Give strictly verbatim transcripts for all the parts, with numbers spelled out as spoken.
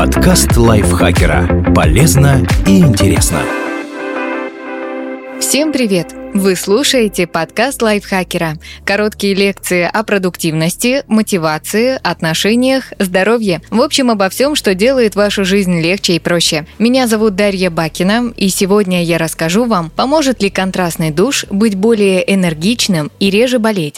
Подкаст лайфхакера. Полезно и интересно. Всем привет! Вы слушаете подкаст лайфхакера. Короткие лекции о продуктивности, мотивации, отношениях, здоровье. В общем, обо всем, что делает вашу жизнь легче и проще. Меня зовут Дарья Бакина, и сегодня я расскажу вам, поможет ли контрастный душ быть более энергичным и реже болеть.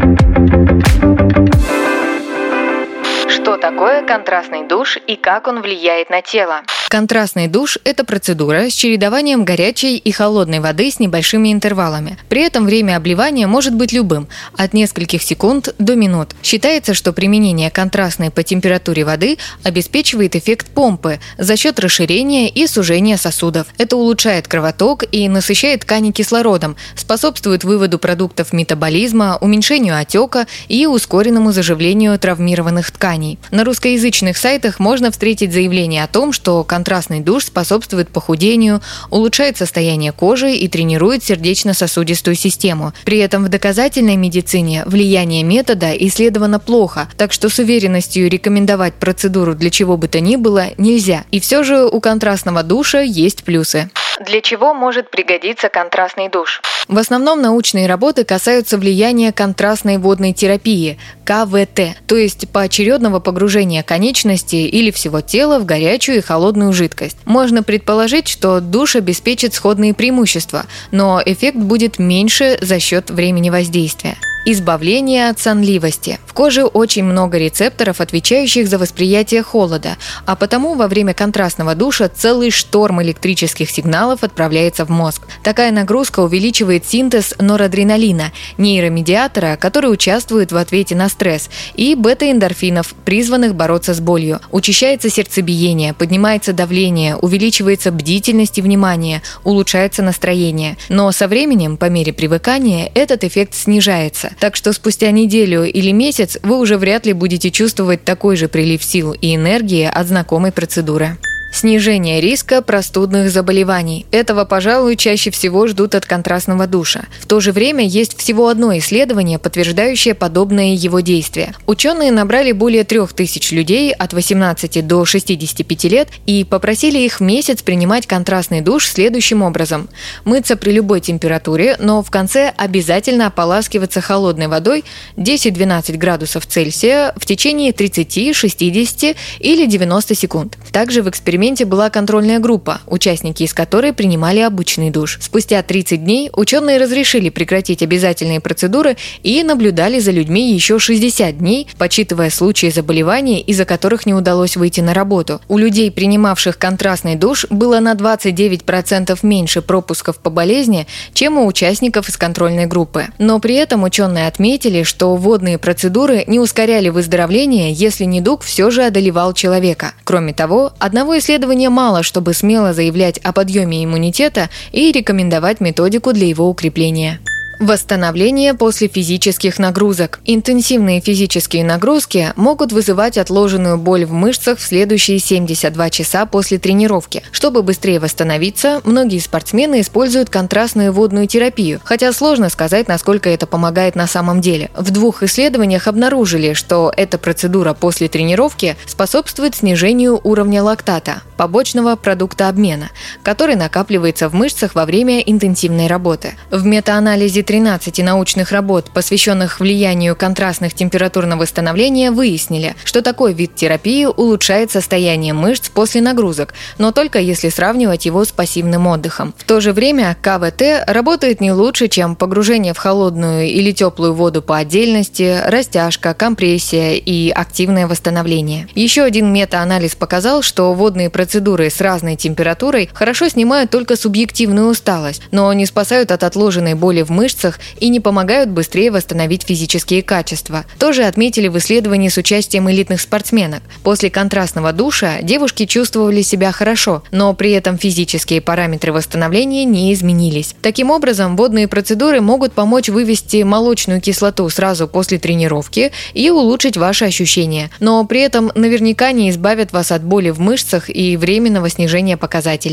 Что такое контрастный душ и как он влияет на тело? Контрастный душ – это процедура с чередованием горячей и холодной воды с небольшими интервалами. При этом время обливания может быть любым – от нескольких секунд до минут. Считается, что применение контрастной по температуре воды обеспечивает эффект помпы за счет расширения и сужения сосудов. Это улучшает кровоток и насыщает ткани кислородом, способствует выводу продуктов метаболизма, уменьшению отека и ускоренному заживлению травмированных тканей. На русскоязычных сайтах можно встретить заявление о том, что контрастный душ способствует похудению, улучшает состояние кожи и тренирует сердечно-сосудистую систему. При этом в доказательной медицине влияние метода исследовано плохо, так что с уверенностью рекомендовать процедуру для чего бы то ни было нельзя. И все же у контрастного душа есть плюсы. Для чего может пригодиться контрастный душ? В основном научные работы касаются влияния контрастной водной терапии – ка вэ тэ, то есть поочередного погружения конечности или всего тела в горячую и холодную жидкость. Можно предположить, что душ обеспечит сходные преимущества, но эффект будет меньше за счет времени воздействия. Избавление от сонливости. В коже очень много рецепторов, отвечающих за восприятие холода, а потому во время контрастного душа целый шторм электрических сигналов отправляется в мозг. Такая нагрузка увеличивает синтез норадреналина, нейромедиатора, который участвует в ответе на стресс, и бета-эндорфинов, призванных бороться с болью. Учащается сердцебиение, поднимается давление, увеличивается бдительность и внимание, улучшается настроение. Но со временем, по мере привыкания, этот эффект снижается. Так что спустя неделю или месяц вы уже вряд ли будете чувствовать такой же прилив сил и энергии от знакомой процедуры. Снижение риска простудных заболеваний. Этого, пожалуй, чаще всего ждут от контрастного душа. В то же время есть всего одно исследование, подтверждающее подобное его действие. Ученые набрали более трех тысяч людей от восемнадцати до шестидесяти пяти лет и попросили их в месяц принимать контрастный душ следующим образом. Мыться при любой температуре, но в конце обязательно ополаскиваться холодной водой десять-двенадцать градусов Цельсия в течение тридцати, шестидесяти или девяноста секунд. Также в эксперименте была контрольная группа, участники из которой принимали обычный душ. Спустя тридцать дней ученые разрешили прекратить обязательные процедуры и наблюдали за людьми еще шестьдесят дней, подсчитывая случаи заболеваний, из-за которых не удалось выйти на работу. У людей, принимавших контрастный душ, было на двадцать девять процентов меньше пропусков по болезни, чем у участников из контрольной группы. Но при этом ученые отметили, что водные процедуры не ускоряли выздоровление, если недуг все же одолевал человека. Кроме того, одного исследования мало, чтобы смело заявлять о подъеме иммунитета и рекомендовать методику для его укрепления. Восстановление после физических нагрузок. Интенсивные физические нагрузки могут вызывать отложенную боль в мышцах в следующие семьдесят два часа после тренировки. Чтобы быстрее восстановиться, многие спортсмены используют контрастную водную терапию, хотя сложно сказать, насколько это помогает на самом деле. В двух исследованиях обнаружили, что эта процедура после тренировки способствует снижению уровня лактата, побочного продукта обмена, который накапливается в мышцах во время интенсивной работы. В метаанализе тринадцати научных работ, посвященных влиянию контрастных температур на восстановление, выяснили, что такой вид терапии улучшает состояние мышц после нагрузок, но только если сравнивать его с пассивным отдыхом. В то же время ка вэ тэ работает не лучше, чем погружение в холодную или теплую воду по отдельности, растяжка, компрессия и активное восстановление. Еще один метаанализ показал, что водные процедуры с разной температурой хорошо снимают только субъективную усталость, но не спасают от отложенной боли в мышцах и не помогают быстрее восстановить физические качества. Тоже отметили в исследовании с участием элитных спортсменок. После контрастного душа девушки чувствовали себя хорошо, но при этом физические параметры восстановления не изменились. Таким образом, водные процедуры могут помочь вывести молочную кислоту сразу после тренировки и улучшить ваши ощущения, но при этом наверняка не избавят вас от боли в мышцах и временного снижения показателей.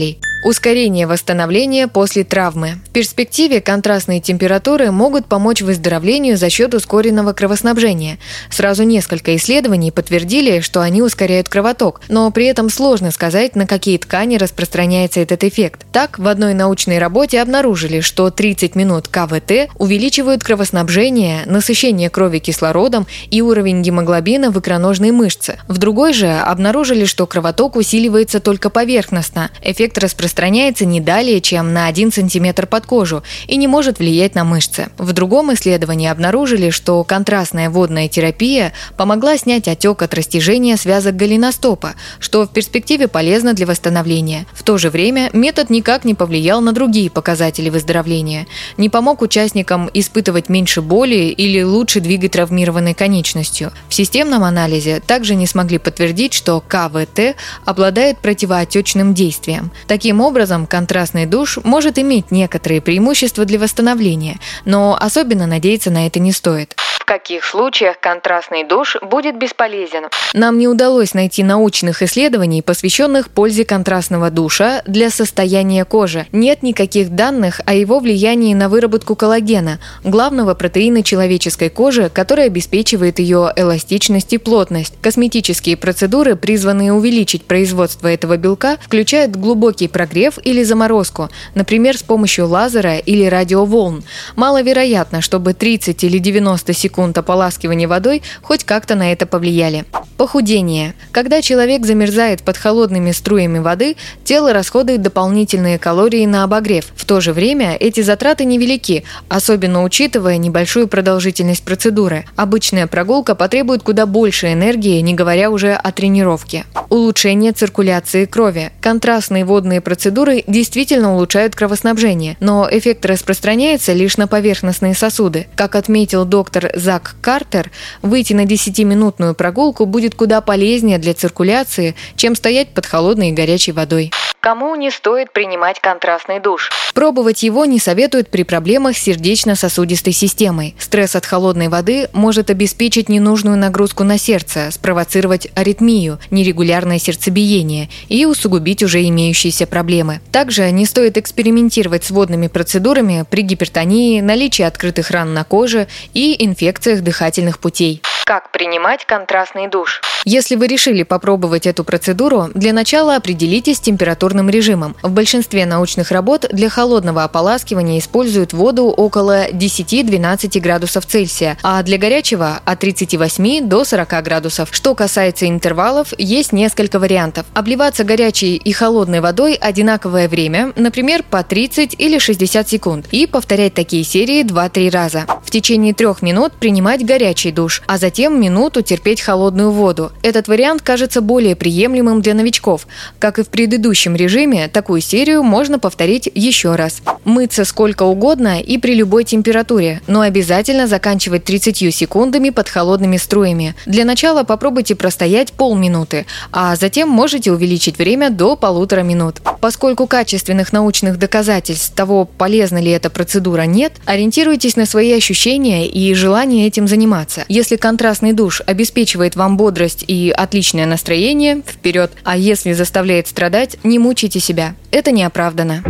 Ускорение восстановления после травмы. В перспективе контрастные температуры могут помочь выздоровлению за счет ускоренного кровоснабжения. Сразу несколько исследований подтвердили, что они ускоряют кровоток, но при этом сложно сказать, на какие ткани распространяется этот эффект. Так, в одной научной работе обнаружили, что тридцать минут ка вэ тэ увеличивают кровоснабжение, насыщение крови кислородом и уровень гемоглобина в икроножной мышце. В другой же обнаружили, что кровоток усиливается только поверхностно. Эффект распространяется распространяется не далее, чем на один сантиметр под кожу и не может влиять на мышцы. В другом исследовании обнаружили, что контрастная водная терапия помогла снять отек от растяжения связок голеностопа, что в перспективе полезно для восстановления. В то же время метод никак не повлиял на другие показатели выздоровления. Не помог участникам испытывать меньше боли или лучше двигать травмированной конечностью. В системном анализе также не смогли подтвердить, что ка вэ тэ обладает противоотечным действием. Таким образом, контрастный душ может иметь некоторые преимущества для восстановления, но особенно надеяться на это не стоит. В каких случаях контрастный душ будет бесполезен? Нам не удалось найти научных исследований, посвященных пользе контрастного душа для состояния кожи. Нет никаких данных о его влиянии на выработку коллагена, главного протеина человеческой кожи, который обеспечивает ее эластичность и плотность. Косметические процедуры, призванные увеличить производство этого белка, включают глубокий прогрев или заморозку, например, с помощью лазера или радиоволн. Маловероятно, чтобы тридцать или девяносто секунд ополаскивания водой хоть как-то на это повлияли. Похудение. Когда человек замерзает под холодными струями воды, тело расходует дополнительные калории на обогрев. В то же время эти затраты невелики, особенно учитывая небольшую продолжительность процедуры. Обычная прогулка потребует куда больше энергии, не говоря уже о тренировке. Улучшение циркуляции крови. Контрастные водные процедуры действительно улучшают кровоснабжение, но эффект распространяется лишь на поверхностные сосуды. Как отметил доктор Зак Картер, выйти на десятиминутную прогулку будет куда полезнее для циркуляции, чем стоять под холодной и горячей водой. Кому не стоит принимать контрастный душ? Пробовать его не советуют при проблемах с сердечно-сосудистой системой. Стресс от холодной воды может обеспечить ненужную нагрузку на сердце, спровоцировать аритмию, нерегулярное сердцебиение и усугубить уже имеющиеся проблемы. Также не стоит экспериментировать с водными процедурами при гипертонии, наличии открытых ран на коже и инфекциях дыхательных путей. Как принимать контрастный душ? Если вы решили попробовать эту процедуру, для начала определитесь с температурным режимом. В большинстве научных работ для холодного ополаскивания используют воду около десять-двенадцать градусов Цельсия, а для горячего – от тридцати восьми до сорока градусов. Что касается интервалов, есть несколько вариантов. Обливаться горячей и холодной водой одинаковое время, например, по тридцать или шестьдесят секунд, и повторять такие серии два-три раза. В течение трех минут принимать горячий душ, а затем Затем минуту терпеть холодную воду. Этот вариант кажется более приемлемым для новичков. Как и в предыдущем режиме, такую серию можно повторить еще раз. Мыться сколько угодно и при любой температуре, но обязательно заканчивать тридцатью секундами под холодными струями. Для начала попробуйте простоять полминуты, а затем можете увеличить время до полутора минут. Поскольку качественных научных доказательств того, полезна ли эта процедура, нет, ориентируйтесь на свои ощущения и желание этим заниматься. Если контрастный душ обеспечивает вам бодрость и отличное настроение, вперед. А если заставляет страдать, не мучайте себя. Это неоправданно.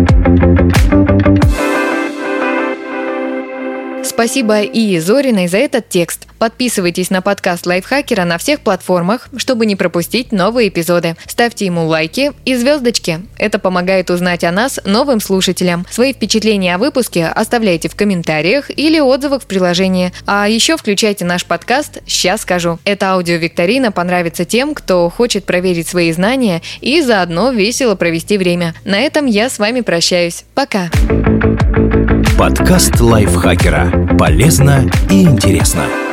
Спасибо Ии Зориной за этот текст. Подписывайтесь на подкаст Лайфхакера на всех платформах, чтобы не пропустить новые эпизоды. Ставьте ему лайки и звездочки. Это помогает узнать о нас новым слушателям. Свои впечатления о выпуске оставляйте в комментариях или отзывах в приложении. А еще включайте наш подкаст «Сейчас скажу». Эта аудиовикторина понравится тем, кто хочет проверить свои знания и заодно весело провести время. На этом я с вами прощаюсь. Пока! Подкаст Лайфхакера. Полезно и интересно.